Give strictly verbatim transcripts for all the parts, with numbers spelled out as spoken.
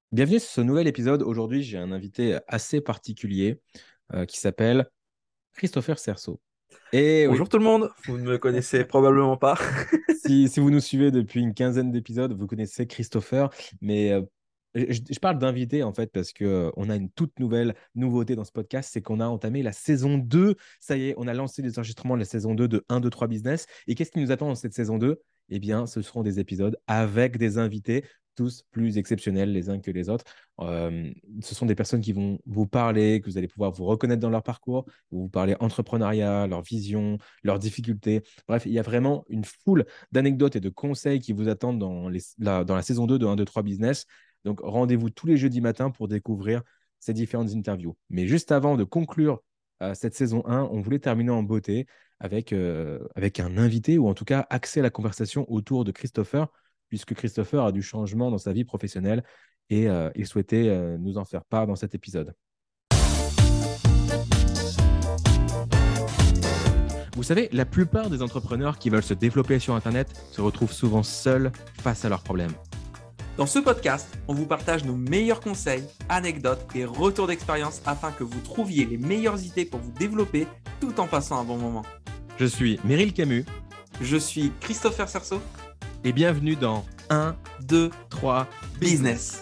Bienvenue sur ce nouvel épisode. Aujourd'hui, j'ai un invité assez particulier euh, qui s'appelle Christopher Cerceau. Et oui, Bonjour tout le monde, vous ne me connaissez probablement pas. si, si vous nous suivez depuis une quinzaine d'épisodes, vous connaissez Christopher, mais euh, je, je parle d'invité en fait parce que euh, on a une toute nouvelle nouveauté dans ce podcast, c'est qu'on a entamé la saison deux. Ça y est, on a lancé les enregistrements de la saison deux de un, deux, trois Business. Et qu'est-ce qui nous attend dans cette saison deux? Eh bien, ce seront des épisodes avec des invités, tous plus exceptionnels les uns que les autres. Euh, Ce sont des personnes qui vont vous parler, que vous allez pouvoir vous reconnaître dans leur parcours, vous parler entrepreneuriat, leur vision, leurs difficultés. Bref, il y a vraiment une foule d'anecdotes et de conseils qui vous attendent dans, les- la, dans la saison deux de un, deux, trois Business. Donc, rendez-vous tous les jeudis matins pour découvrir ces différentes interviews. Mais juste avant de conclure euh, cette saison un, on voulait terminer en beauté avec, euh, avec un invité ou en tout cas axer la conversation autour de Christopher, puisque Christopher a du changement dans sa vie professionnelle et euh, il souhaitait euh, nous en faire part dans cet épisode. Vous savez, la plupart des entrepreneurs qui veulent se développer sur Internet se retrouvent souvent seuls face à leurs problèmes. Dans ce podcast, on vous partage nos meilleurs conseils, anecdotes et retours d'expérience afin que vous trouviez les meilleures idées pour vous développer tout en passant un bon moment. Je suis Meryl Camus Je suis Christopher Cerceau, et bienvenue dans un, de trois, Business. Business.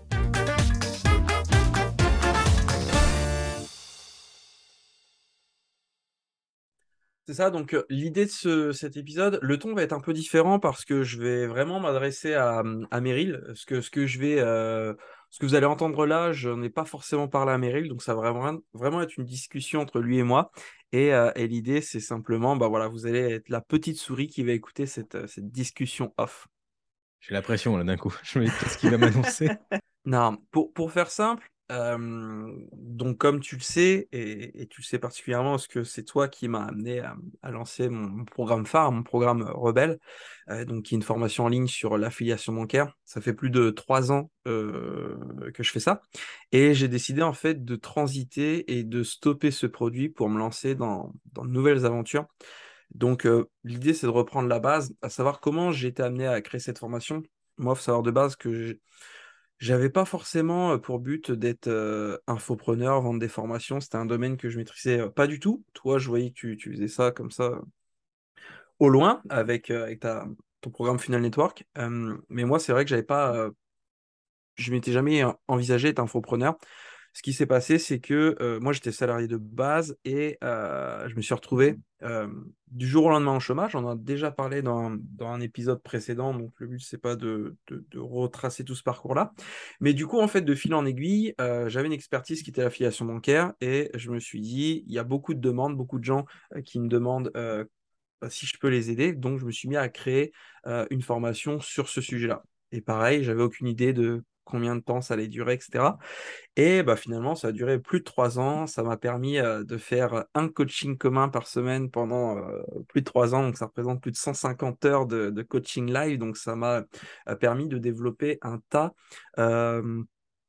C'est ça, donc euh, l'idée de ce, cet épisode, le ton va être un peu différent parce que je vais vraiment m'adresser à, à Meryl. Ce que, ce que je vais, euh, ce que vous allez entendre là, je n'ai pas forcément parlé à Meryl, donc ça va vraiment, vraiment être une discussion entre lui et moi. Et, euh, et l'idée, c'est simplement, bah voilà, vous allez être la petite souris qui va écouter cette, euh, cette discussion off. J'ai la pression là d'un coup. Je me dis, qu'est-ce qu'il va m'annoncer? Non, pour, pour faire simple, euh, donc comme tu le sais, et, et tu le sais particulièrement parce que c'est toi qui m'as amené à, à lancer mon, mon programme phare, mon programme Rebelle, euh, donc qui est une formation en ligne sur l'affiliation bancaire. Ça fait plus de trois ans euh, que je fais ça, et j'ai décidé en fait de transiter et de stopper ce produit pour me lancer dans, dans de nouvelles aventures. Donc euh, l'idée c'est de reprendre la base, à savoir comment j'ai été amené à créer cette formation. Moi, il faut savoir de base que j'avais pas forcément euh, pour but d'être euh, infopreneur, vendre des formations. C'était un domaine que je maîtrisais euh, pas du tout. Toi, je voyais que tu, tu faisais ça comme ça euh, au loin avec, euh, avec ta, ton programme Funnel Network. Euh, mais moi, c'est vrai que j'avais pas, euh, je m'étais jamais euh, envisagé d'être infopreneur. Ce qui s'est passé, c'est que euh, moi, j'étais salarié de base et euh, je me suis retrouvé euh, du jour au lendemain en chômage. On en a déjà parlé dans, un- dans un épisode précédent, donc le but, c'est pas de, de- de retracer tout ce parcours-là. Mais du coup, en fait, de fil en aiguille, euh, j'avais une expertise qui était l'affiliation bancaire et je me suis dit, il y a beaucoup de demandes, beaucoup de gens euh, qui me demandent euh, si je peux les aider. Donc, je me suis mis à créer euh, une formation sur ce sujet-là. Et pareil, j'avais aucune idée de combien de temps ça allait durer, et cetera. Et bah, finalement, ça a duré plus de trois ans. Ça m'a permis euh, de faire un coaching commun par semaine pendant euh, plus de trois ans. Donc, ça représente plus de cent cinquante heures de, de coaching live. Donc, ça m'a euh, permis de développer un tas, euh,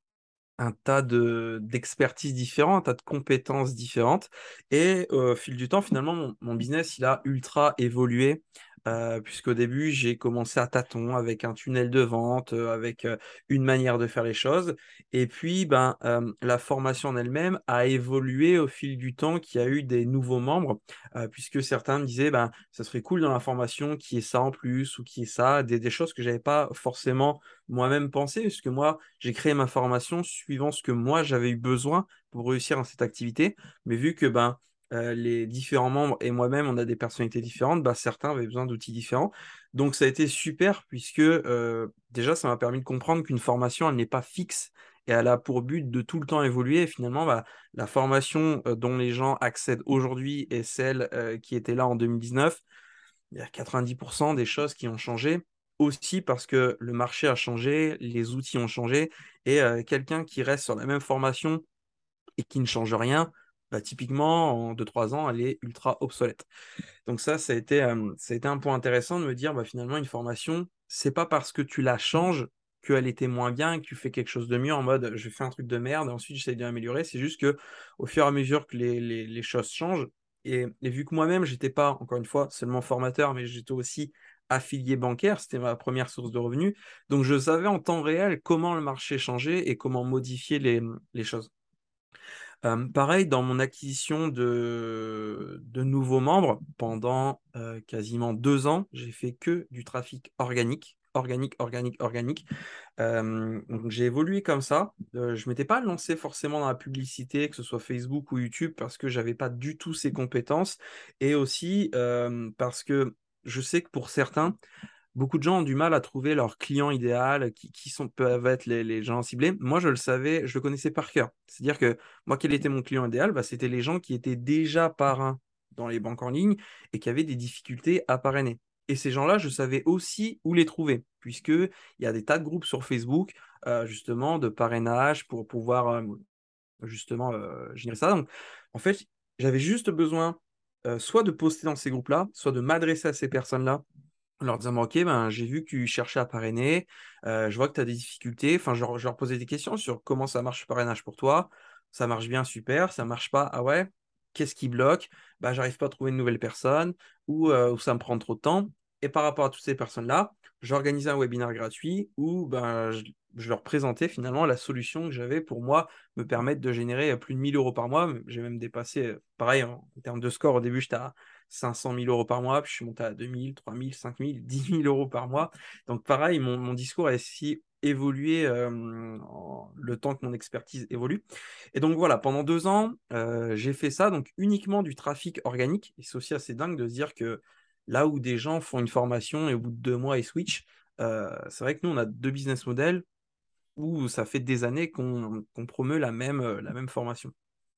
un tas de, d'expertises différentes, un tas de compétences différentes. Et euh, au fil du temps, finalement, mon, mon business, il a ultra évolué. Euh, puisqu'au début, j'ai commencé à tâtons avec un tunnel de vente, euh, avec euh, une manière de faire les choses. Et puis, ben, euh, la formation en elle-même a évolué au fil du temps, qu'il y a eu des nouveaux membres, euh, puisque certains me disaient, ben, ça serait cool dans la formation qu'il y ait ça en plus ou qu'il y ait ça, des, des choses que j'avais pas forcément moi-même pensé, parce que moi, j'ai créé ma formation suivant ce que moi, j'avais eu besoin pour réussir dans cette activité. Mais vu que ben, euh, les différents membres et moi-même, on a des personnalités différentes, bah, certains avaient besoin d'outils différents. Donc, ça a été super, puisque euh, déjà, ça m'a permis de comprendre qu'une formation, elle n'est pas fixe et elle a pour but de tout le temps évoluer. Et finalement, bah, la formation euh, dont les gens accèdent aujourd'hui est celle euh, qui était là en deux mille dix-neuf. Il y a quatre-vingt-dix pour cent des choses qui ont changé aussi parce que le marché a changé, les outils ont changé, et euh, quelqu'un qui reste sur la même formation et qui ne change rien, bah, typiquement, en deux trois ans, elle est ultra obsolète. Donc ça, ça a été, euh, ça a été un point intéressant de me dire, bah, finalement, une formation, c'est pas parce que tu la changes qu'elle était moins bien et que tu fais quelque chose de mieux en mode je fais un truc de merde et ensuite j'essaie d'améliorer. C'est juste que au fur et à mesure que les, les, les choses changent, et, et vu que moi-même, j'étais pas, encore une fois, seulement formateur, mais j'étais aussi affilié bancaire, c'était ma première source de revenus. Donc, je savais en temps réel comment le marché changeait et comment modifier les, les choses. Euh, pareil, dans mon acquisition de, de nouveaux membres, pendant euh, quasiment deux ans, j'ai fait que du trafic organique, organique, organique, organique. Euh, donc j'ai évolué comme ça. Euh, je m'étais pas lancé forcément dans la publicité, que ce soit Facebook ou YouTube, parce que j'avais pas du tout ces compétences, et aussi euh, parce que je sais que pour certains, beaucoup de gens ont du mal à trouver leur client idéal, qui, qui sont, peuvent être les, les gens ciblés. Moi, je le savais, je le connaissais par cœur. C'est-à-dire que moi, quel était mon client idéal? Bah, c'était les gens qui étaient déjà parrains dans les banques en ligne et qui avaient des difficultés à parrainer. Et ces gens-là, je savais aussi où les trouver, puisqu'il y a des tas de groupes sur Facebook, euh, justement, de parrainage pour pouvoir euh, justement euh, générer ça. Donc, en fait, j'avais juste besoin euh, soit de poster dans ces groupes-là, soit de m'adresser à ces personnes-là en leur disant, bah, ok, ben, j'ai vu que tu cherchais à parrainer, euh, je vois que tu as des difficultés. Enfin, je, leur je leur posais des questions sur comment ça marche le parrainage pour toi. Ça marche bien, super. Ça marche pas, ah ouais, qu'est-ce qui bloque? Bah, j'arrive pas à trouver une nouvelle personne ou, euh, ou ça me prend trop de temps. Et par rapport à toutes ces personnes-là, j'organisais un webinaire gratuit où ben, je, je leur présentais finalement la solution que j'avais pour moi me permettre de générer plus de mille euros par mois. J'ai même dépassé, euh, pareil, en termes de score, au début, j'étais à cinq cent mille euros par mois, puis je suis monté à deux mille, trois mille, cinq mille, dix mille euros par mois. Donc pareil, mon, mon discours a aussi évolué euh, en- le temps que mon expertise évolue. Et donc voilà, pendant deux ans, euh, j'ai fait ça, donc uniquement du trafic organique. Et c'est aussi assez dingue de se dire que là où des gens font une formation et au bout de deux mois, ils switchent, euh, c'est vrai que nous, on a deux business models où ça fait des années qu'on qu'on promeut la même, euh, la même formation.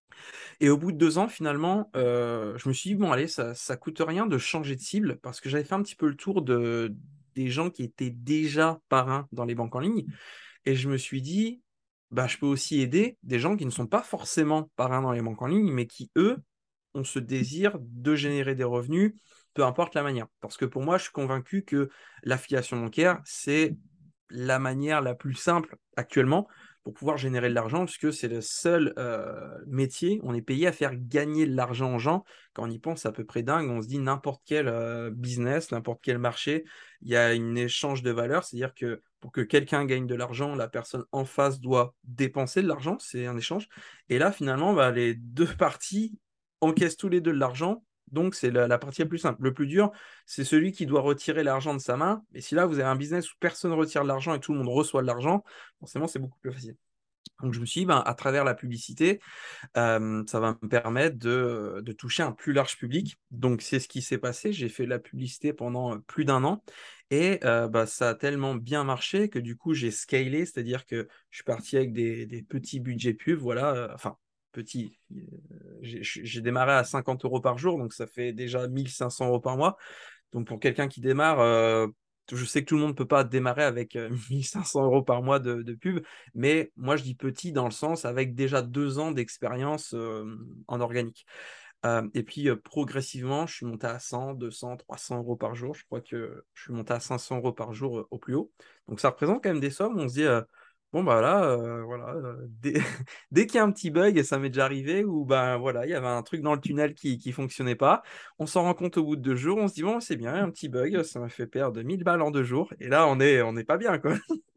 Et au bout de deux ans, finalement, euh, je me suis dit, bon, allez, ça, ça coûte rien de changer de cible parce que j'avais fait un petit peu le tour de, des gens qui étaient déjà parrains dans les banques en ligne. Et je me suis dit, bah, je peux aussi aider des gens qui ne sont pas forcément parrains dans les banques en ligne, mais qui, eux, ont ce désir de générer des revenus, peu importe la manière. Parce que pour moi, je suis convaincu que l'affiliation bancaire, c'est la manière la plus simple actuellement pour pouvoir générer de l'argent, puisque c'est le seul euh, métier, on est payé à faire gagner de l'argent aux gens. Quand on y pense, c'est à peu près dingue. On se dit n'importe quel euh, business, n'importe quel marché, il y a un échange de valeur, c'est-à-dire que pour que quelqu'un gagne de l'argent, la personne en face doit dépenser de l'argent, c'est un échange. Et là, finalement, bah, les deux parties encaissent tous les deux de l'argent. Donc, c'est la, la partie la plus simple. Le plus dur, c'est celui qui doit retirer l'argent de sa main. Et si là, vous avez un business où personne ne retire de l'argent et tout le monde reçoit de l'argent, forcément, c'est beaucoup plus facile. Donc, je me suis dit, ben, à travers la publicité, euh, ça va me permettre de, de toucher un plus large public. Donc, c'est ce qui s'est passé. J'ai fait la publicité pendant plus d'un an et euh, bah, ça a tellement bien marché que du coup, j'ai scalé, c'est-à-dire que je suis parti avec des, des petits budgets pubs, voilà, euh, enfin, petits. euh, J'ai j'ai démarré à cinquante euros par jour, donc ça fait déjà mille cinq cents euros par mois. Donc, pour quelqu'un qui démarre, euh, je sais que tout le monde ne peut pas démarrer avec euh, mille cinq cents euros par mois de, de pub, mais moi, je dis petit dans le sens avec déjà deux ans d'expérience euh, en organique. Euh, et puis, euh, progressivement, je suis monté à cent, deux cents, trois cents euros par jour. Je crois que je suis monté à cinq cents euros par jour euh, au plus haut. Donc, ça représente quand même des sommes. On se dit, euh, bon, bah là, euh, voilà, euh, dès, dès qu'il y a un petit bug, et ça m'est déjà arrivé, où ben voilà, il y avait un truc dans le tunnel qui ne fonctionnait pas. On s'en rend compte au bout de deux jours. On se dit, bon, c'est bien, un petit bug, ça m'a fait perdre mille balles en deux jours. Et là, on est, on n'est pas bien, quoi.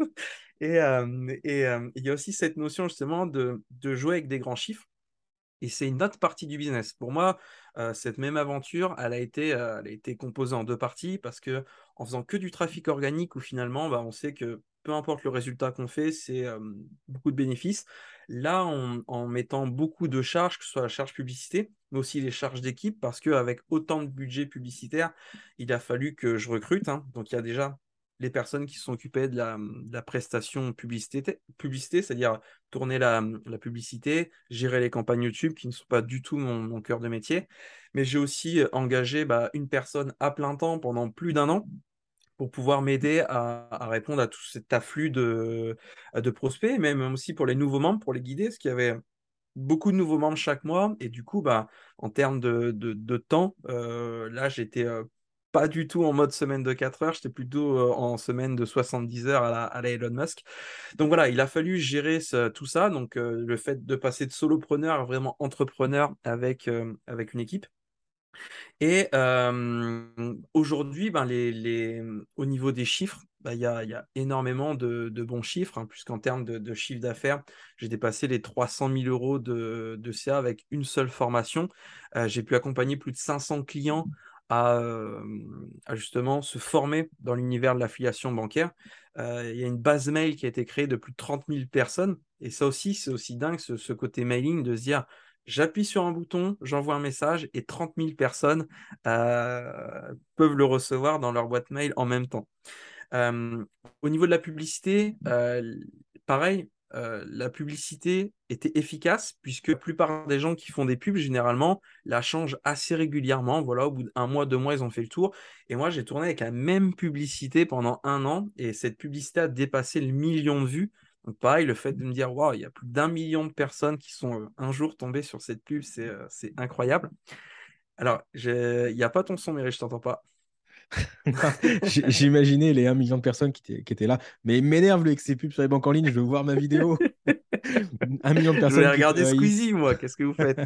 Et euh, et, euh, il y a aussi cette notion justement de, de jouer avec des grands chiffres. Et c'est une autre partie du business. Pour moi, euh, cette même aventure, elle a été, euh, elle a été composée en deux parties parce que en faisant que du trafic organique, où finalement, bah, on sait que peu importe le résultat qu'on fait, c'est euh, beaucoup de bénéfices. Là, en, en mettant beaucoup de charges, que ce soit la charge publicité, mais aussi les charges d'équipe, parce qu'avec autant de budget publicitaire, il a fallu que je recrute, hein. Donc, il y a déjà les personnes qui se sont occupées de la, de la prestation publicité, publicité, c'est-à-dire tourner la, la publicité, gérer les campagnes YouTube qui ne sont pas du tout mon, mon cœur de métier. Mais j'ai aussi euh, engagé bah, une personne à plein temps pendant plus d'un an pour pouvoir m'aider à, à répondre à tout cet afflux de, de prospects, et même aussi pour les nouveaux membres, pour les guider, parce qu'il y avait beaucoup de nouveaux membres chaque mois. Et du coup, bah, en termes de, de, de temps, euh, là, j'étais euh, pas du tout en mode semaine de quatre heures, j'étais plutôt euh, en semaine de soixante-dix heures à la, à la Elon Musk. Donc voilà, il a fallu gérer ce- tout ça. Donc euh, le fait de passer de solopreneur à vraiment entrepreneur avec, euh, avec une équipe. Et euh, aujourd'hui, ben, les, les, au niveau des chiffres, ben, il y a, il y a énormément de, de bons chiffres, hein, puisqu'en termes de, de chiffre d'affaires, j'ai dépassé les trois cent mille euros de, de C A avec une seule formation. Euh, j'ai pu accompagner plus de cinq cents clients à, euh, à justement se former dans l'univers de l'affiliation bancaire. Euh, il y a une base mail qui a été créée de plus de trente mille personnes. Et ça aussi, c'est aussi dingue, ce, ce côté mailing, de se dire, j'appuie sur un bouton, j'envoie un message et trente mille personnes euh, peuvent le recevoir dans leur boîte mail en même temps. Euh, Au niveau de la publicité, euh, pareil, euh, la publicité était efficace puisque la plupart des gens qui font des pubs, généralement, la changent assez régulièrement. Voilà, au bout d'un mois, deux mois, ils ont fait le tour. Et moi, j'ai tourné avec la même publicité pendant un an et cette publicité a dépassé le million de vues. Donc pareil, le fait de me dire, waouh, il y a plus d'un million de personnes qui sont euh, un jour tombées sur cette pub, c'est euh, c'est incroyable. Alors, j'ai- il n'y a pas ton son, mais je t'entends pas. J- J'imaginais les un million de personnes qui étaient, qui étaient là. Mais il m'énerve le avec ses pubs sur les banques en ligne, je veux voir ma vidéo. Un million de Je voulais personnes qui te regarder haïssent. Squeezie, moi. Qu'est-ce que vous faites?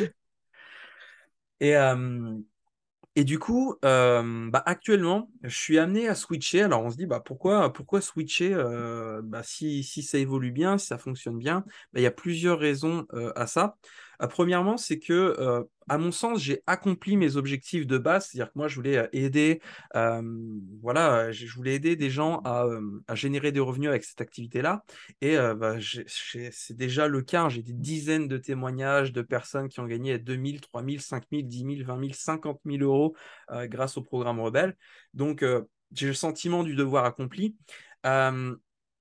Et, euh, Et du coup, euh, bah, actuellement, je suis amené à switcher. Alors, on se dit, bah, pourquoi, pourquoi switcher euh, bah, si, si ça évolue bien, si ça fonctionne bien? Bah, il y a plusieurs raisons euh, à ça. Euh, premièrement, c'est que, euh, à mon sens, j'ai accompli mes objectifs de base. C'est-à-dire que moi, je voulais euh, aider, euh, voilà, je je voulais aider des gens à, euh, à générer des revenus avec cette activité-là. Et euh, bah, j'ai- j'ai- c'est déjà le cas, hein. J'ai des dizaines de témoignages de personnes qui ont gagné deux mille, trois mille, cinq mille, dix mille, vingt mille, cinquante mille euros euh, grâce au programme Rebelle. Donc, euh, j'ai le sentiment du devoir accompli. Euh,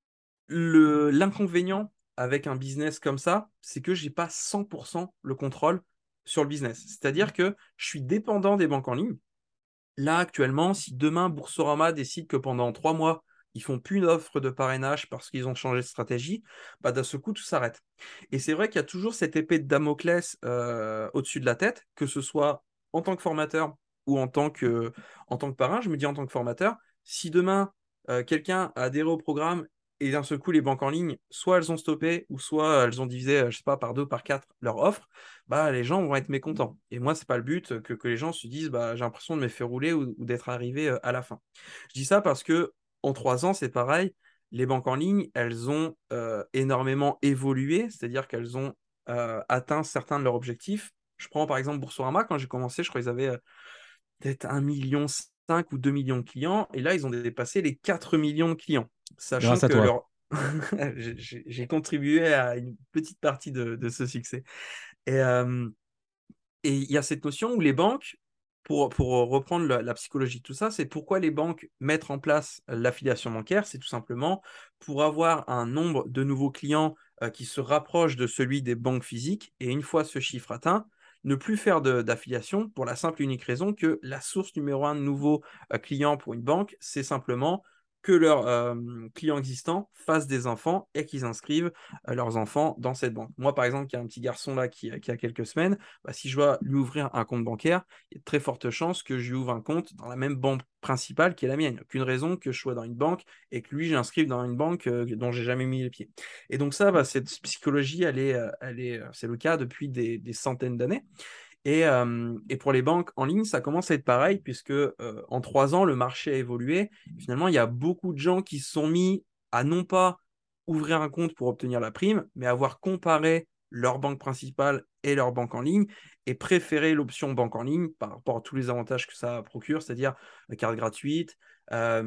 le, l'inconvénient avec un business comme ça, c'est que j'ai pas cent pour cent le contrôle sur le business. C'est-à-dire que je suis dépendant des banques en ligne. Là, actuellement, si demain Boursorama décide que pendant trois mois, ils font plus une offre de parrainage parce qu'ils ont changé de stratégie, bah, d'un seul coup, tout s'arrête. Et c'est vrai qu'il y a toujours cette épée de Damoclès euh, au-dessus de la tête, que ce soit en tant que formateur ou en tant que, en tant que parrain. Je me dis en tant que formateur, si demain, euh, quelqu'un a adhéré au programme et d'un seul coup, les banques en ligne, soit elles ont stoppé, ou soit elles ont divisé, euh, je sais pas, par deux, par quatre leur offre, bah, les gens vont être mécontents. Et moi, c'est pas le but que, que les gens se disent, bah, j'ai l'impression de me faire rouler ou, ou d'être arrivé euh, à la fin. Je dis ça parce que en trois ans, c'est pareil. Les banques en ligne, elles ont euh, énormément évolué, c'est-à-dire qu'elles ont euh, atteint certains de leurs objectifs. Je prends par exemple Boursorama, quand j'ai commencé, je crois qu'ils avaient euh, peut-être un million cinq ou deux millions de clients, et là, ils ont dépassé les quatre millions de clients, sachant Grâce à que toi. leur... j'ai j'ai contribué à une petite partie de, de ce succès. Et, euh, et il y a cette notion où les banques, pour, pour reprendre la, la psychologie de tout ça, c'est pourquoi les banques mettent en place l'affiliation bancaire, c'est tout simplement pour avoir un nombre de nouveaux clients euh, qui se rapproche de celui des banques physiques, et une fois ce chiffre atteint, ne plus faire de- d'affiliation pour la simple et unique raison que la source numéro un de nouveaux euh, clients pour une banque, c'est simplement que leurs euh, clients existants fassent des enfants et qu'ils inscrivent euh, leurs enfants dans cette banque. Moi, par exemple, qui a un petit garçon là qui, qui a quelques semaines, bah, si je dois lui ouvrir un compte bancaire, il y a de très fortes chances que je lui ouvre un compte dans la même banque principale qui est la mienne. Il n'y a aucune raison que je sois dans une banque et que lui, j'inscrive dans une banque euh, dont j'ai jamais mis les pieds. Et donc ça, bah, cette psychologie, elle est, euh, elle est, euh, c'est le cas depuis des, des centaines d'années. Et, euh, et pour les banques en ligne, ça commence à être pareil, puisque euh, en trois ans, le marché a évolué. Finalement, il y a beaucoup de gens qui se sont mis à non pas ouvrir un compte pour obtenir la prime, mais avoir comparé leur banque principale et leur banque en ligne et préférer l'option banque en ligne par rapport à tous les avantages que ça procure, c'est-à-dire la carte gratuite, euh,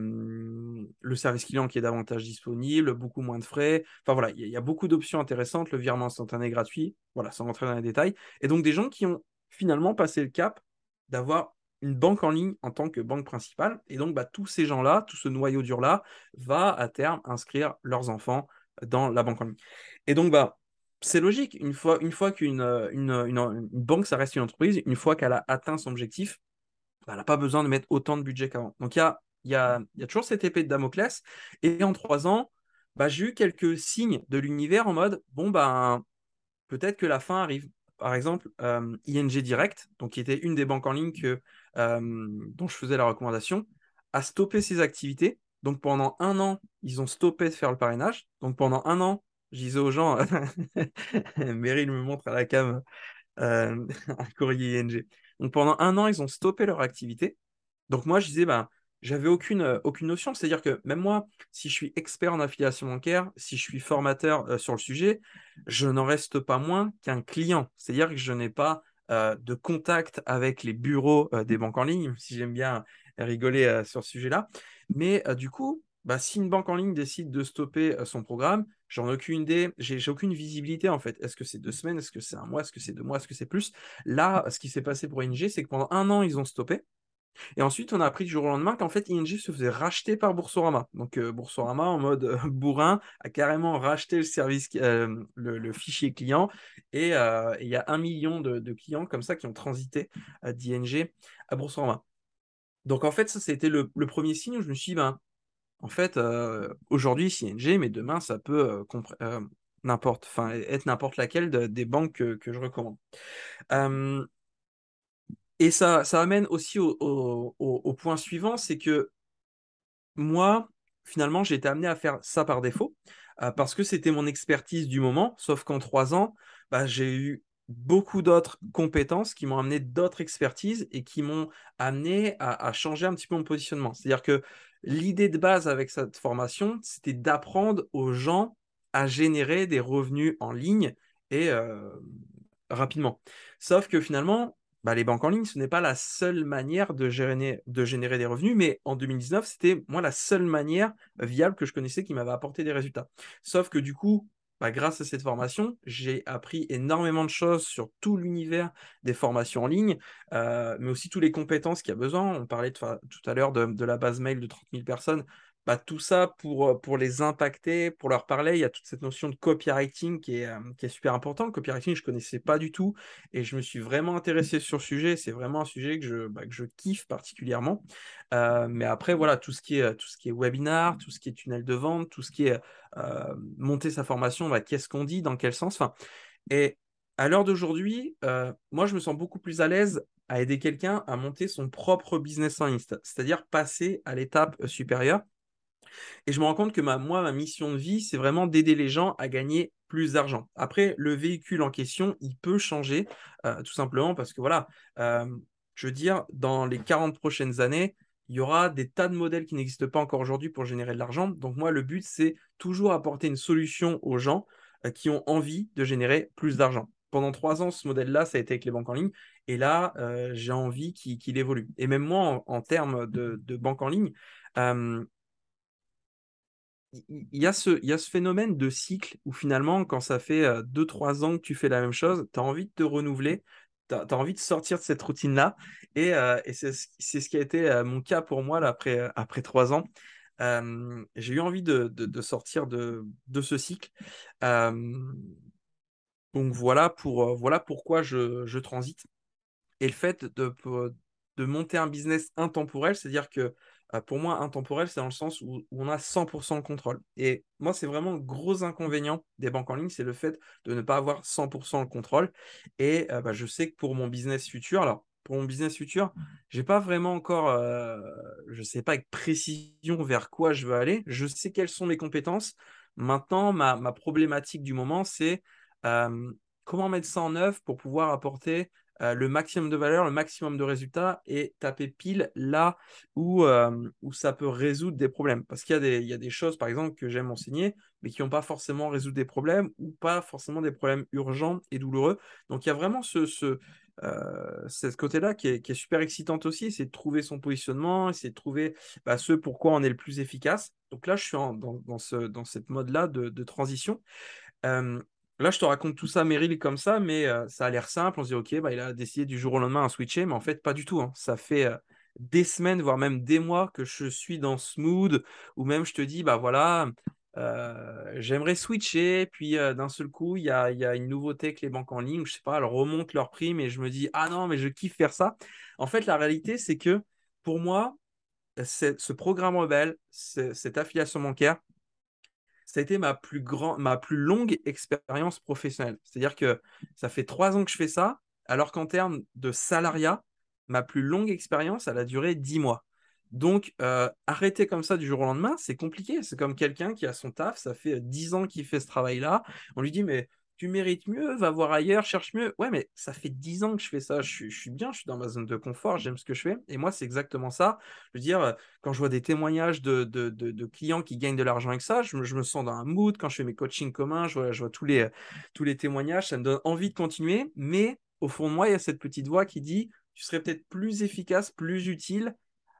le service client qui est davantage disponible, beaucoup moins de frais. Enfin voilà, il y, a- il y a beaucoup d'options intéressantes, le virement instantané gratuit, voilà, sans rentrer dans les détails. Et donc des gens qui ont finalement passer le cap d'avoir une banque en ligne en tant que banque principale. Et donc, bah, tous ces gens-là, tout ce noyau dur-là, va à terme inscrire leurs enfants dans la banque en ligne. Et donc, bah, c'est logique. Une fois, une fois qu'une euh, une, une, une banque, ça reste une entreprise, une fois qu'elle a atteint son objectif, bah, elle n'a pas besoin de mettre autant de budget qu'avant. Donc, il y a, il y a, il y a toujours cette épée de Damoclès. Et en trois ans, bah, j'ai eu quelques signes de l'univers en mode, bon, ben, peut-être que la fin arrive. Par exemple, euh, I N G Direct, donc qui était une des banques en ligne que, euh, dont je faisais la recommandation, a stoppé ses activités. Donc pendant un an, ils ont stoppé de faire le parrainage. Donc pendant un an, je disais aux gens, Meryl me montre à la cam euh, un courrier I N G. Donc pendant un an, ils ont stoppé leur activité. Donc moi, je disais, ben, j'avais aucune, euh, aucune notion. C'est-à-dire que même moi, si je suis expert en affiliation bancaire, si je suis formateur euh, sur le sujet, je n'en reste pas moins qu'un client. C'est-à-dire que je n'ai pas euh, de contact avec les bureaux euh, des banques en ligne, même si j'aime bien rigoler euh, sur ce sujet-là. Mais euh, du coup, bah, si une banque en ligne décide de stopper euh, son programme, j'en ai aucune idée, j'ai j'ai aucune visibilité en fait. Est-ce que c'est deux semaines, est-ce que c'est un mois, est-ce que c'est deux mois, est-ce que c'est plus? Là, ce qui s'est passé pour I N G, c'est que pendant un an, ils ont stoppé. Et ensuite, on a appris du jour au lendemain qu'en fait, I N G se faisait racheter par Boursorama. Donc, euh, Boursorama, en mode euh, bourrin, a carrément racheté le service, euh, le, le fichier client. Et euh, il y a un million de, de clients comme ça qui ont transité euh, d'I N G à Boursorama. Donc, en fait, ça, c'était le, le premier signe où je me suis dit, ben, en fait, euh, aujourd'hui, c'est I N G, mais demain, ça peut euh, compré- euh, n'importe, enfin, être n'importe laquelle de- des banques que, que je recommande. Euh, et ça, ça amène aussi au, au- au- au point suivant, c'est que moi, finalement, j'ai été amené à faire ça par défaut, euh, parce que c'était mon expertise du moment, sauf qu'en trois ans, bah, j'ai eu beaucoup d'autres compétences qui m'ont amené d'autres expertises et qui m'ont amené à, à changer un petit peu mon positionnement. C'est-à-dire que l'idée de base avec cette formation, c'était d'apprendre aux gens à générer des revenus en ligne et euh, rapidement. Sauf que finalement, bah, les banques en ligne, ce n'est pas la seule manière de générer, de générer des revenus, mais en deux mille dix-neuf, c'était moi la seule manière viable que je connaissais qui m'avait apporté des résultats. Sauf que du coup, bah, grâce à cette formation, j'ai appris énormément de choses sur tout l'univers des formations en ligne, euh, mais aussi toutes les compétences qu'il y a besoin. On parlait de- tout à l'heure de, de la base mail de trente mille personnes. Bah, tout ça pour, pour les impacter, pour leur parler, il y a toute cette notion de copywriting qui est, euh, qui est super importante. Le copywriting, je ne connaissais pas du tout. Et je me suis vraiment intéressé sur le sujet. C'est vraiment un sujet que je, bah, que je kiffe particulièrement. Euh, mais après, voilà, tout ce qui est, tout ce qui est webinar, tout ce qui est tunnel de vente, tout ce qui est euh, monter sa formation, bah, qu'est-ce qu'on dit, dans quel sens. Enfin, et à l'heure d'aujourd'hui, euh, moi, je me sens beaucoup plus à l'aise à aider quelqu'un à monter son propre business en ligne, c'est-à-dire passer à l'étape supérieure. Et je me rends compte que ma, moi, ma mission de vie, c'est vraiment d'aider les gens à gagner plus d'argent. Après, le véhicule en question, il peut changer, euh, tout simplement parce que voilà, euh, je veux dire, dans les quarante prochaines années, il y aura des tas de modèles qui n'existent pas encore aujourd'hui pour générer de l'argent. Donc moi, le but, c'est toujours apporter une solution aux gens euh, qui ont envie de générer plus d'argent. Pendant trois ans, ce modèle-là, ça a été avec les banques en ligne. Et là, euh, j'ai envie qu'il qu'il évolue. Et même moi, en, en termes de, de banque en ligne, euh, il y a ce, il y a ce phénomène de cycle où finalement, quand ça fait euh, deux trois ans que tu fais la même chose, tu as envie de te renouveler, tu as, envie de sortir de cette routine-là. Et, euh, et c'est ce c'est ce qui a été euh, mon cas pour moi là, après, euh, après trois ans. Euh, j'ai eu envie de, de- de sortir de, de ce cycle. Euh, donc voilà, pour, euh, voilà pourquoi je, je transite. Et le fait de, de monter un business intemporel, c'est-à-dire que euh, pour moi, intemporel, c'est dans le sens où, où on a cent pour cent le contrôle. Et moi, c'est vraiment le gros inconvénient des banques en ligne, c'est le fait de ne pas avoir cent pour cent le contrôle. Et euh, bah, je sais que pour mon business futur, alors pour mon business futur, j'ai pas vraiment encore, euh, je sais pas avec précision vers quoi je veux aller. Je sais quelles sont mes compétences. Maintenant, ma, ma problématique du moment, c'est euh, comment mettre ça en œuvre pour pouvoir apporter euh, le maximum de valeur, le maximum de résultats et taper pile là où, euh, où ça peut résoudre des problèmes. Parce qu'il y a des, il y a des choses, par exemple, que j'aime enseigner, mais qui n'ont pas forcément résoudre des problèmes ou pas forcément des problèmes urgents et douloureux. Donc il y a vraiment ce, ce, euh, ce côté-là qui est, qui est super excitant aussi, c'est de trouver son positionnement, c'est de trouver bah, ce pourquoi on est le plus efficace. Donc là, je suis en- dans, dans, ce, dans cette mode-là de, de transition. Euh, Là, je te raconte tout ça, Meryl, comme ça, mais euh, ça a l'air simple. On se dit, OK, bah, il a décidé du jour au lendemain à switcher, mais en fait, pas du tout, hein. Ça fait euh, des semaines, voire même des mois que je suis dans ce mood, où même je te dis, bah voilà, euh, j'aimerais switcher, puis euh, d'un seul coup, il y a, il y a une nouveauté avec les banques en ligne, je sais pas, elles remontent leur prix, mais je me dis, ah non, mais je kiffe faire ça. En fait, la réalité, c'est que pour moi, c'est- ce programme rebelle, c'est- cette affiliation bancaire, ça a été ma plus grand, ma plus longue expérience professionnelle. C'est-à-dire que ça fait trois ans que je fais ça, alors qu'en termes de salariat, ma plus longue expérience, elle a duré dix mois. Donc, euh, arrêter comme ça du jour au lendemain, c'est compliqué. C'est comme quelqu'un qui a son taf, ça fait dix ans qu'il fait ce travail-là. On lui dit, mais tu mérites mieux, va voir ailleurs, cherche mieux. Ouais, mais ça fait dix ans que je fais ça, je suis, je suis bien, je suis dans ma zone de confort, j'aime ce que je fais. Et moi, c'est exactement ça. Je veux dire, quand je vois des témoignages de, de, de, de clients qui gagnent de l'argent avec ça, je me, je me sens dans un mood. Quand je fais mes coachings communs, je vois, je vois tous les, tous les témoignages, ça me donne envie de continuer. Mais au fond de moi, il y a cette petite voix qui dit, tu serais peut-être plus efficace, plus utile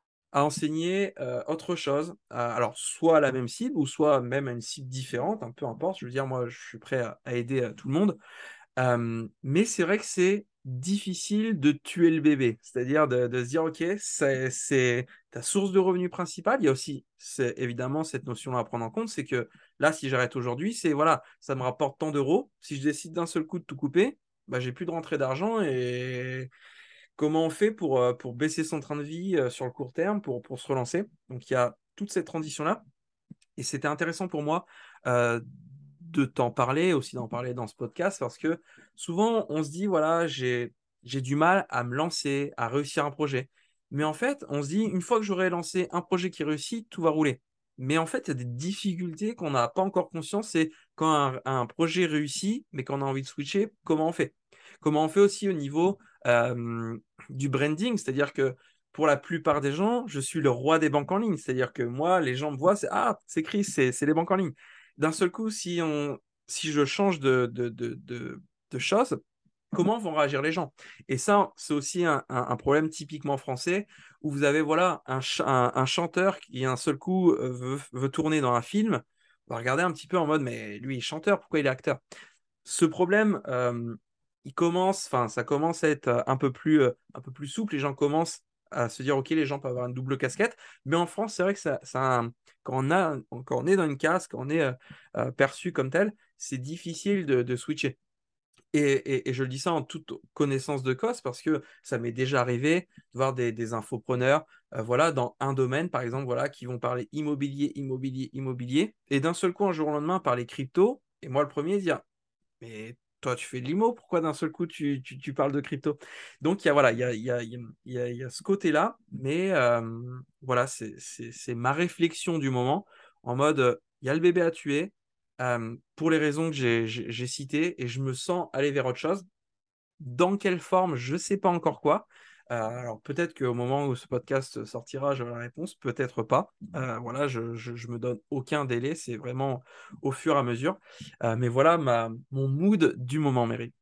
à enseigner euh, autre chose, à- alors soit à la même cible ou soit même à une cible différente, hein, peu importe. Je veux dire, moi, je suis prêt à, à aider euh, tout le monde. Euh, mais c'est vrai que c'est difficile de tuer le bébé, c'est-à-dire de, de se dire, OK, c'est, c'est ta source de revenus principale. Il y a aussi, c'est évidemment, cette notion-là à prendre en compte, c'est que là, si j'arrête aujourd'hui, c'est voilà, ça me rapporte tant d'euros. Si je décide d'un seul coup de tout couper, bah, j'ai plus de rentrée d'argent et comment on fait pour, euh, pour baisser son train de vie euh, sur le court terme, pour, pour se relancer. Donc il y a toute cette transition-là. Et c'était intéressant pour moi euh, de t'en parler, aussi d'en parler dans ce podcast, parce que souvent on se dit, voilà, j'ai, j'ai du mal à me lancer, à réussir un projet. Mais en fait, on se dit, une fois que j'aurai lancé un projet qui réussit, tout va rouler. Mais en fait, il y a des difficultés qu'on n'a pas encore conscience. C'est quand un, un projet réussit, mais qu'on a envie de switcher, comment on fait? Comment on fait aussi au niveau euh, du branding, c'est-à-dire que pour la plupart des gens, je suis le roi des banques en ligne. C'est-à-dire que moi, les gens me voient, c'est ah, c'est Chris, c'est c'est les banques en ligne. D'un seul coup, si on, si je change de, de, de, de, de choses, comment vont réagir les gens? Et ça, c'est aussi un, un- un problème typiquement français où vous avez voilà un, ch- un, un chanteur qui un seul coup euh, veut, veut tourner dans un film. On va regarder un petit peu en mode, mais lui, il est chanteur, pourquoi il est acteur? Ce problème, euh, il commence, enfin, ça commence à être euh, un peu plus, euh, un peu plus souple. Les gens commencent à se dire, OK, les gens peuvent avoir une double casquette. Mais en France, c'est vrai que ça, ça a un- quand on a, quand on est dans une case, quand on est euh, euh, perçu comme tel, c'est difficile de, de switcher. Et, et- et je le dis ça en toute connaissance de cause parce que ça m'est déjà arrivé de voir des, des infopreneurs, euh, voilà, dans un domaine, par exemple, voilà, qui vont parler immobilier, immobilier, immobilier, et d'un seul coup, un jour au lendemain, parler crypto. Et moi, le premier, dire, mais toi, tu fais de l'I M O, pourquoi d'un seul coup tu, tu- tu parles de crypto? Donc, il y a, voilà, il y a, il y a- il y a- il y a ce côté-là, mais euh, voilà, c'est c'est- c'est ma réflexion du moment, en mode, euh, il y a le bébé à tuer, euh, pour les raisons que j'ai j'ai- j'ai citées, et je me sens aller vers autre chose. Dans quelle forme, je ne sais pas encore quoi. Euh, alors peut-être qu'au moment où ce podcast sortira, j'aurai la réponse, peut-être pas. Euh, voilà, je, je, je me donne aucun délai, c'est vraiment au fur et à mesure. Euh, mais voilà ma, mon mood du moment, Mary.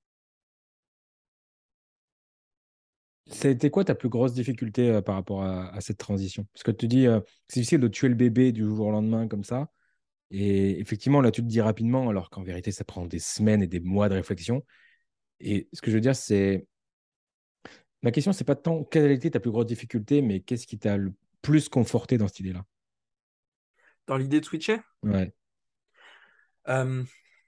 C'était quoi ta plus grosse difficulté euh, par rapport à, à cette transition? Parce que tu dis, euh, c'est difficile de tuer le bébé du jour au lendemain comme ça. Et effectivement, là, tu te dis rapidement, alors qu'en vérité, ça prend des semaines et des mois de réflexion. Et ce que je veux dire, c'est, ma question, c'est pas tant quelle a été ta plus grosse difficulté, mais qu'est-ce qui t'a le plus conforté dans cette idée-là? Dans l'idée de switcher, Ouais. euh,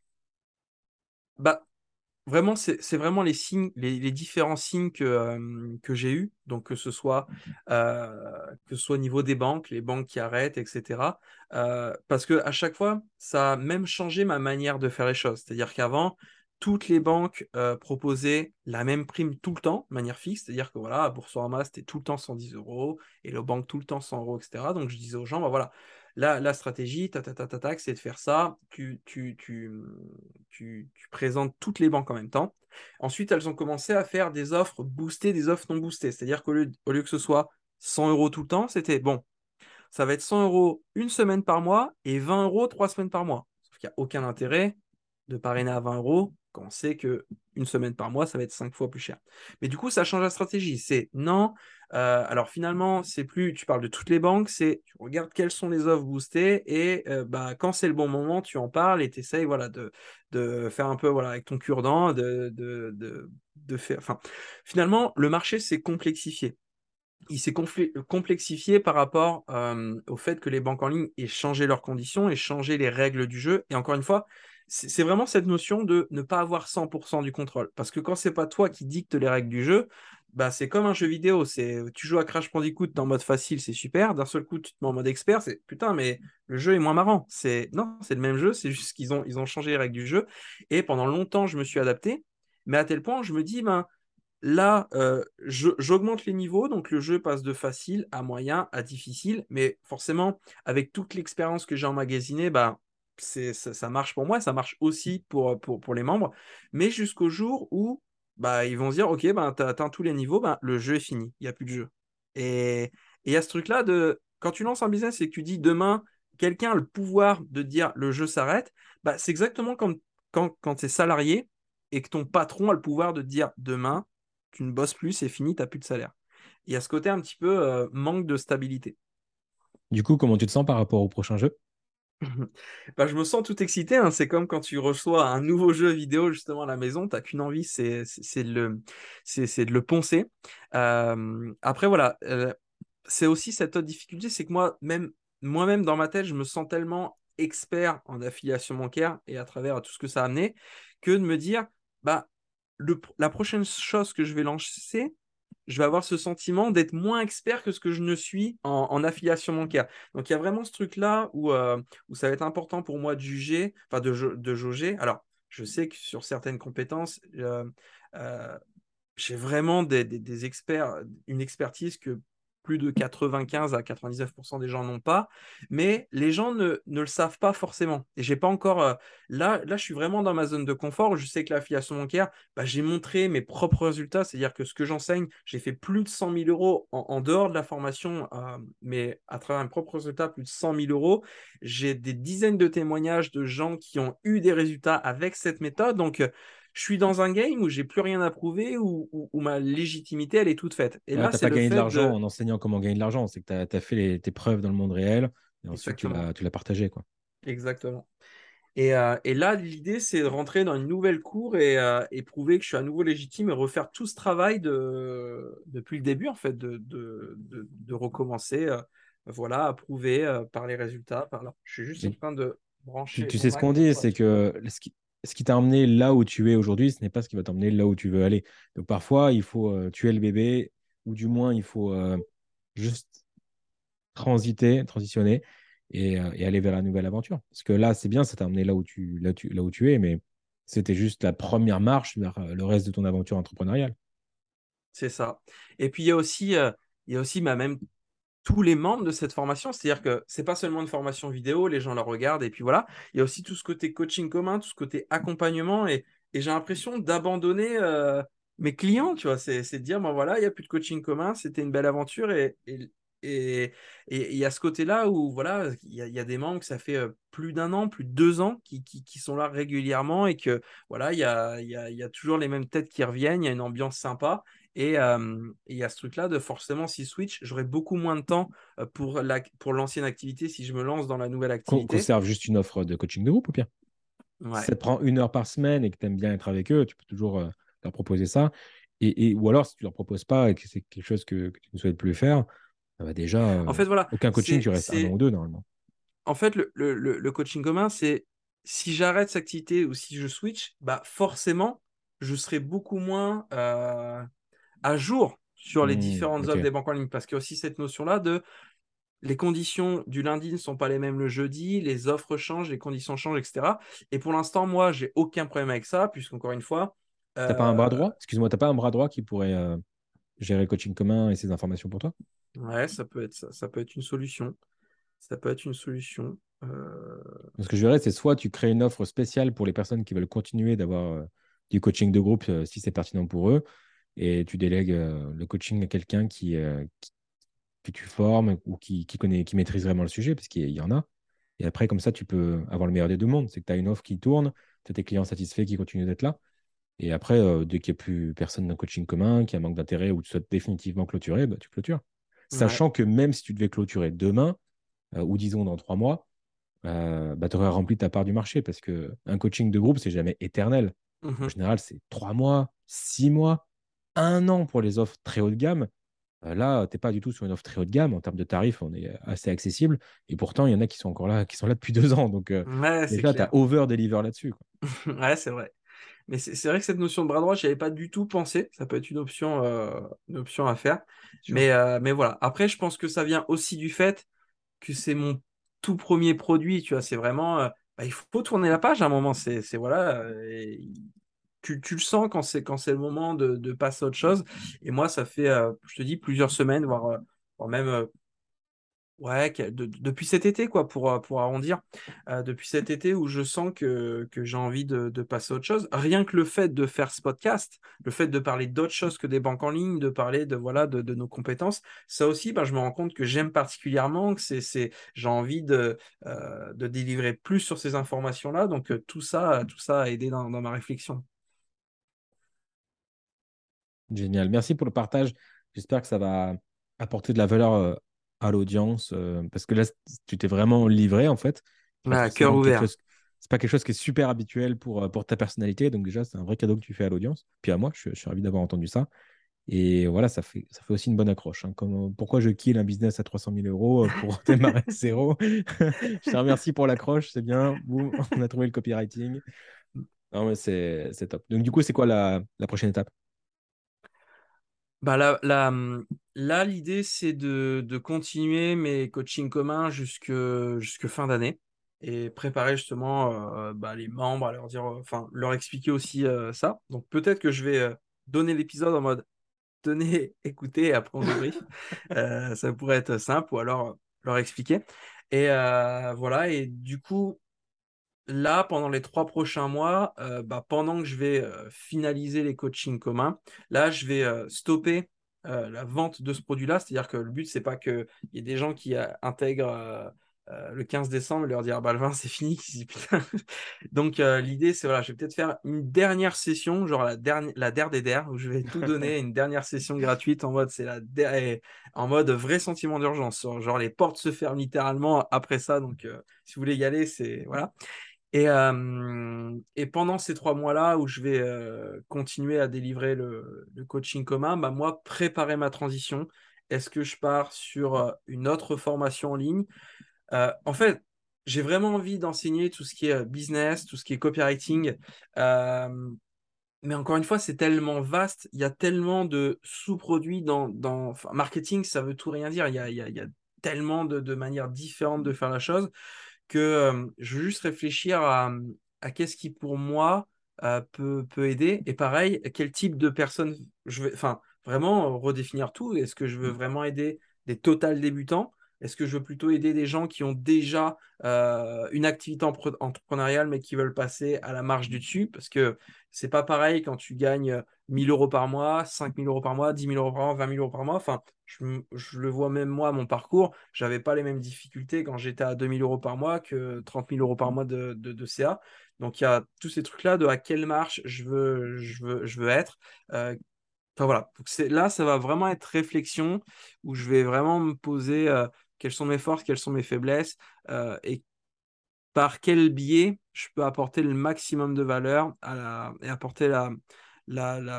bah, vraiment, c'est c'est vraiment les signes, les, les différents signes que, euh, que j'ai eus, donc que ce soit, euh, que ce soit au niveau des banques, les banques qui arrêtent, et cetera. Euh, parce que à chaque fois, ça a même changé ma manière de faire les choses. C'est-à-dire qu'avant, toutes les banques euh, proposaient la même prime tout le temps, de manière fixe. C'est-à-dire que voilà, à Boursorama, c'était tout le temps cent dix euros, et le banque tout le temps cent euros, et cetera. Donc je disais aux gens, bah voilà, la, la stratégie, ta, ta, ta, ta, ta, c'est de faire ça. Tu, tu, tu, tu, tu présentes toutes les banques en même temps. Ensuite, elles ont commencé à faire des offres boostées, des offres non boostées. C'est-à-dire qu'au lieu, au lieu que ce soit cent euros tout le temps, c'était bon, ça va être cent euros une semaine par mois et vingt euros trois semaines par mois. Sauf qu'il n'y a aucun intérêt de parrainer à vingt euros quand on sait que une semaine par mois, ça va être cinq fois plus cher. Mais du coup, ça change la stratégie. C'est non. Euh, alors finalement, c'est plus, tu parles de toutes les banques, c'est tu regardes quelles sont les offres boostées et euh, bah, quand c'est le bon moment, tu en parles et tu essayes voilà, de, de faire un peu voilà, avec ton cure-dent, de, de, de, de faire. Enfin, finalement, le marché s'est complexifié. Il s'est conflé- complexifié par rapport euh, au fait que les banques en ligne aient changé leurs conditions et changé les règles du jeu. Et encore une fois, c'est c'est vraiment cette notion de ne pas avoir cent pour cent du contrôle. Parce que quand c'est pas toi qui dicte les règles du jeu, bah c'est comme un jeu vidéo. C'est tu joues à Crash Bandicoot en mode facile, c'est super. D'un seul coup, tu te mets en mode expert, c'est putain, mais le jeu est moins marrant. C'est non, c'est le même jeu, c'est juste qu'ils ont ils ont changé les règles du jeu. Et pendant longtemps, je me suis adapté, mais à tel point, je me dis ben là, euh, je- j'augmente les niveaux, donc le jeu passe de facile à moyen à difficile, mais forcément, avec toute l'expérience que j'ai emmagasinée, bah, c'est, ça, ça marche pour moi, ça marche aussi pour, pour, pour les membres, mais jusqu'au jour où bah, ils vont se dire, OK, bah, tu as atteint tous les niveaux, bah, le jeu est fini, il n'y a plus de jeu. Et et il y a ce truc-là de, quand tu lances un business et que tu dis demain, quelqu'un a le pouvoir de dire le jeu s'arrête, bah, c'est exactement comme quand, quand tu es salarié et que ton patron a le pouvoir de dire demain, tu ne bosses plus, c'est fini, tu n'as plus de salaire. Il y a ce côté un petit peu euh, manque de stabilité. Du coup, comment tu te sens par rapport au prochain jeu? Bah, je me sens tout excité, hein. C'est comme quand tu reçois un nouveau jeu vidéo justement à la maison, t'as qu'une envie, c'est c'est c'est de le c'est c'est de le poncer. Euh, après voilà, euh, c'est aussi cette autre difficulté, c'est que moi même moi-même dans ma tête, je me sens tellement expert en affiliation bancaire et à travers tout ce que ça a amené que de me dire bah le, la prochaine chose que je vais lancer, je vais avoir ce sentiment d'être moins expert que ce que je ne suis en, en affiliation bancaire. Donc il y a vraiment ce truc-là où, euh, où ça va être important pour moi de juger, enfin de, jau- de jauger. Alors, je sais que sur certaines compétences, euh, euh, j'ai vraiment des, des- des experts, une expertise que plus de quatre-vingt-quinze à quatre-vingt-dix-neuf pour cent des gens n'ont pas, mais les gens ne, ne le savent pas forcément. Et j'ai pas encore. euh, là, là, je suis vraiment dans ma zone de confort. Je sais que l'affiliation bancaire, bah, j'ai montré mes propres résultats, c'est-à-dire que ce que j'enseigne, j'ai fait plus de cent mille euros en, en dehors de la formation, euh, mais à travers mes propres résultats, plus de cent mille euros. J'ai des dizaines de témoignages de gens qui ont eu des résultats avec cette méthode. Donc, euh, je suis dans un game où j'ai plus rien à prouver, où, où- où ma légitimité, elle est toute faite. Et Ouais, là, t'as c'est pas le gagné de fait l'argent de... en enseignant comment gagner de l'argent. C'est que tu as, fait les- tes preuves dans le monde réel et ensuite tu Exactement. l'as, tu l'as partagé, quoi. Exactement. Et, euh, et là, l'idée, c'est de rentrer dans une nouvelle cour et, euh, et prouver que je suis à nouveau légitime et refaire tout ce travail de, depuis le début, en fait, de, de, de, de recommencer, euh, voilà, à prouver euh, par les résultats. Par là. Je suis juste en Mais train de tu, brancher tu mon sais ce qu'on Mac dit, pour être c'est sûr. que ce qui, ce qui t'a emmené là où tu es aujourd'hui, ce n'est pas ce qui va t'emmener là où tu veux aller. Donc parfois, il faut euh, tuer le bébé, ou du moins, il faut euh, juste transiter, transitionner et, euh, et aller vers la nouvelle aventure. Parce que là, c'est bien, ça t'a emmené là où tu, là, tu, là où tu es, mais c'était juste la première marche vers euh, le reste de ton aventure entrepreneuriale. C'est ça. Et puis, il y a aussi, euh, il y a aussi ma même tous les membres de cette formation. C'est-à-dire que c'est pas seulement une formation vidéo, les gens la regardent et puis voilà. Il y a aussi tout ce côté coaching commun, tout ce côté accompagnement et, et j'ai l'impression d'abandonner euh, mes clients, tu vois. C'est, c'est de dire, bon voilà, il n'y a plus de coaching commun, c'était une belle aventure et, et, et, et il y a ce côté-là où voilà, il y a, il y a des membres que ça fait euh, plus d'un an, plus de deux ans qui, qui, qui sont là régulièrement et que voilà, il y a, il y a, il y a toujours les mêmes têtes qui reviennent, il y a une ambiance sympa. Et euh, et il y a ce truc-là de forcément, si switch, j'aurai beaucoup moins de temps euh, pour la, pour l'ancienne activité si je me lance dans la nouvelle Con- activité. conserve juste une offre de coaching de groupe, au pire. Si Ouais. ça te prend une heure par semaine et que tu aimes bien être avec eux, tu peux toujours euh, leur proposer ça. Et, et- ou alors, si tu leur proposes pas et que c'est quelque chose que, que tu ne souhaites plus faire, ah bah déjà, En euh, fait, voilà, aucun coaching, tu c'est, restes un an c'est, ou deux normalement. en fait, le, le, le- le coaching commun, c'est si j'arrête cette activité ou si je switch, bah forcément, je serai beaucoup moins euh, à jour sur les Hmm, différentes ok. offres des banques en ligne parce qu'il y a aussi cette notion-là de les conditions du lundi ne sont pas les mêmes le jeudi, les offres changent, les conditions changent, et cetera. Et pour l'instant, moi, j'ai aucun problème avec ça, puisqu'encore une fois, T'as pas un bras euh, droit? Excuse-moi, t'as pas un bras droit qui pourrait euh, gérer le coaching commun et ces informations pour toi? ouais, ça peut être ça, ça peut être une solution. Ça peut être une solution. Euh, Donc, ce que je verrais, c'est soit tu crées une offre spéciale pour les personnes qui veulent continuer d'avoir euh, du coaching de groupe euh, si c'est pertinent pour eux, et tu délègues euh, le coaching à quelqu'un qui, euh, qui- que tu formes ou qui, qui connaît, qui maîtrise vraiment le sujet, parce qu'il y en a. Et après, comme ça, tu peux avoir le meilleur des deux mondes. C'est que tu as une offre qui tourne, tu as tes clients satisfaits qui continuent d'être là. Et après, euh, dès qu'il n'y a plus personne d'un coaching commun, qu'il y a un manque d'intérêt ou que tu souhaites définitivement clôturer, bah, tu clôtures. ouais. Sachant que même si tu devais clôturer demain, euh, ou disons dans trois mois, euh, bah, tu aurais rempli ta part du marché parce qu'un coaching de groupe, c'est jamais éternel. En Mhm. général, c'est trois mois, six mois, un an pour les offres très haut de gamme. Euh, là, tu n'es pas du tout sur une offre très haut de gamme. En termes de tarifs, on est assez accessible. Et pourtant, il y en a qui sont encore là, qui sont là depuis deux ans. Donc, euh, Ouais, c'est déjà, tu clair. as over-deliver là-dessus, quoi. Ouais, c'est vrai. Mais c'est c'est vrai que cette notion de bras droit, j'y avais pas du tout pensé. Ça peut être une option, euh, une option à faire. Sûr. Mais, euh, mais voilà. Après, je pense que ça vient aussi du fait que c'est mon tout premier produit. Tu vois, c'est vraiment. Euh, bah, il faut tourner la page à un moment. C'est, c'est voilà. euh, et tu, tu le sens quand c'est quand c'est le moment de, de passer à autre chose. Et moi, ça fait, euh, je te dis, plusieurs semaines, voire, euh, voire même euh, Ouais, que- de- depuis cet été, quoi, pour, euh, pour arrondir. Euh, depuis cet été où je sens que, que j'ai envie de, de passer à autre chose. Rien que le fait de faire ce podcast, le fait de parler d'autre chose que des banques en ligne, de parler de, voilà, de, de nos compétences, ça aussi, ben, je me rends compte que j'aime particulièrement, que c'est, c'est, j'ai envie de, euh, de délivrer plus sur ces informations-là. Donc, euh, tout ça, tout ça a aidé dans, dans ma réflexion. Génial. Merci pour le partage. J'espère que ça va apporter de la valeur euh, à l'audience euh, parce que là, c- tu t'es vraiment livré en fait. C'est pas Ouais, cœur forcément quelque ouvert. chose, c'est pas quelque chose qui est super habituel pour, euh, pour ta personnalité. Donc déjà, c'est un vrai cadeau que tu fais à l'audience. Puis à moi, je, je suis ravi d'avoir entendu ça. Et voilà, ça fait, ça fait aussi une bonne accroche, hein. Comme, euh, pourquoi je kill un business à trois cent mille euros euh, pour démarrer à zéro. Je te remercie pour l'accroche, c'est bien. Boum, on a trouvé le copywriting. Non, mais c'est c'est top. Donc du coup, c'est quoi la, la prochaine étape? Bah là, là, hum, là, l'idée, c'est de, de continuer mes coachings communs jusque, jusque fin d'année et préparer justement euh, bah, les membres à leur dire, euh, enfin, leur expliquer aussi euh, ça. Donc peut-être que je vais euh, donner l'épisode en mode tenez, écoutez, et après on débrief. Euh, ça pourrait être simple ou alors euh, leur expliquer. Et euh, voilà, et du coup, là, pendant les trois prochains mois, euh, bah, pendant que je vais euh, finaliser les coachings communs, là, je vais euh, stopper euh, la vente de ce produit-là. C'est-à-dire que le but, c'est pas qu'il y ait des gens qui euh, intègrent euh, euh, le quinze décembre et leur dire, bah, le vingt, c'est fini. Qu'ils disent, putain. Donc, euh, l'idée, c'est, voilà, je vais peut-être faire une dernière session, genre la dernière, la der des der, où je vais tout donner, une dernière session gratuite en mode, c'est la der- en mode vrai sentiment d'urgence. Genre, les portes se ferment littéralement après ça. Donc, euh, si vous voulez y aller, c'est, voilà. Et, euh, et pendant ces trois mois-là où je vais euh, continuer à délivrer le, le coaching commun, bah moi, préparer ma transition. Est-ce que je pars sur euh, une autre formation en ligne? Euh, en fait, j'ai vraiment envie d'enseigner tout ce qui est euh, business, tout ce qui est copywriting. Euh, mais encore une fois, c'est tellement vaste. Il y a tellement de sous-produits dans, dans enfin, marketing, ça veut tout rien dire. Il y a, il y a, il y a tellement de, de manières différentes de faire la chose que euh, je veux juste réfléchir à, à qu'est-ce qui pour moi euh, peut, peut aider. Et pareil, quel type de personne je vais, enfin, vraiment euh, redéfinir tout. Est-ce que je veux vraiment aider des total débutants? Est-ce que je veux plutôt aider des gens qui ont déjà euh, une activité empre- entrepreneuriale mais qui veulent passer à la marge du dessus? Parce que c'est pas pareil quand tu gagnes mille euros par mois, cinq mille euros par mois, dix mille euros par mois, vingt mille euros par mois. Enfin, je, m- je le vois même moi, mon parcours, j'avais pas les mêmes difficultés quand j'étais à deux mille euros par mois que trente mille euros par mois de, de, de C A. Donc il y a tous ces trucs-là de à quelle marche je veux, je veux, je veux être. Euh, Enfin voilà, donc c'est, là, ça va vraiment être réflexion où je vais vraiment me poser euh, quelles sont mes forces, quelles sont mes faiblesses euh, et par quel biais je peux apporter le maximum de valeur à la, et apporter la, la, la-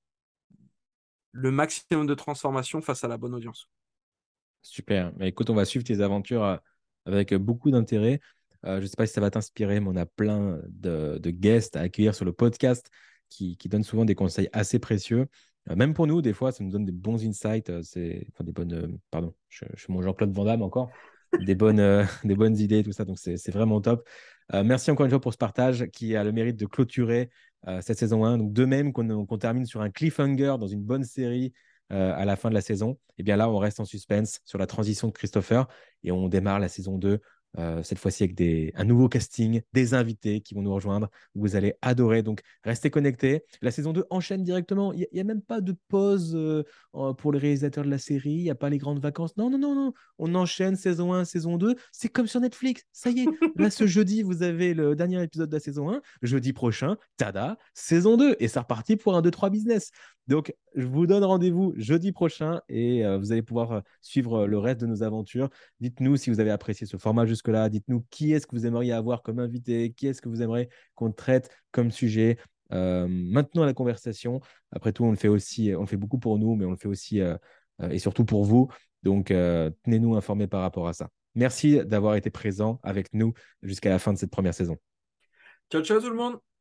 le maximum de transformation face à la bonne audience. Super. Mais écoute, on va suivre tes aventures euh, avec beaucoup d'intérêt. Euh, je ne sais pas si ça va t'inspirer, mais on a plein de, de guests à accueillir sur le podcast qui, qui donnent souvent des conseils assez précieux. Euh, même pour nous, des fois, ça nous donne des bons insights. euh, c'est, enfin, des bonnes, euh, pardon, je, je suis mon Jean-Claude Van Damme encore. Des bonnes, euh, des bonnes idées, tout ça. Donc, c'est c'est vraiment top. Euh, merci encore une fois pour ce partage qui a le mérite de clôturer euh, cette saison un. Donc, de même qu'on qu'on termine sur un cliffhanger dans une bonne série euh, à la fin de la saison, et bien là, on reste en suspense sur la transition de Christopher et on démarre la saison deux, euh, cette fois-ci avec des, un nouveau casting, des invités qui vont nous rejoindre. Vous allez adorer, donc restez connectés. La saison deux enchaîne directement. Il n'y a, a, même pas de pause euh, pour les réalisateurs de la série, il n'y a pas les grandes vacances. Non, non, non, non. On enchaîne saison un, saison deux. C'est comme sur Netflix. Ça y est, là, ce jeudi, vous avez le dernier épisode de la saison un. Jeudi prochain, tada, saison deux. Et c'est reparti pour un deux trois business. Donc, je vous donne rendez-vous jeudi prochain et euh, vous allez pouvoir euh, suivre euh, le reste de nos aventures. Dites-nous si vous avez apprécié ce format jusque-là. Dites-nous qui est-ce que vous aimeriez avoir comme invité, qui est-ce que vous aimeriez qu'on traite comme sujet. Euh, maintenant, la conversation. Après tout, on le fait aussi, on le fait beaucoup pour nous, mais on le fait aussi euh, euh, et surtout pour vous. Donc, euh, tenez-nous informés par rapport à ça. Merci d'avoir été présent avec nous jusqu'à la fin de cette première saison. Ciao, ciao tout le monde!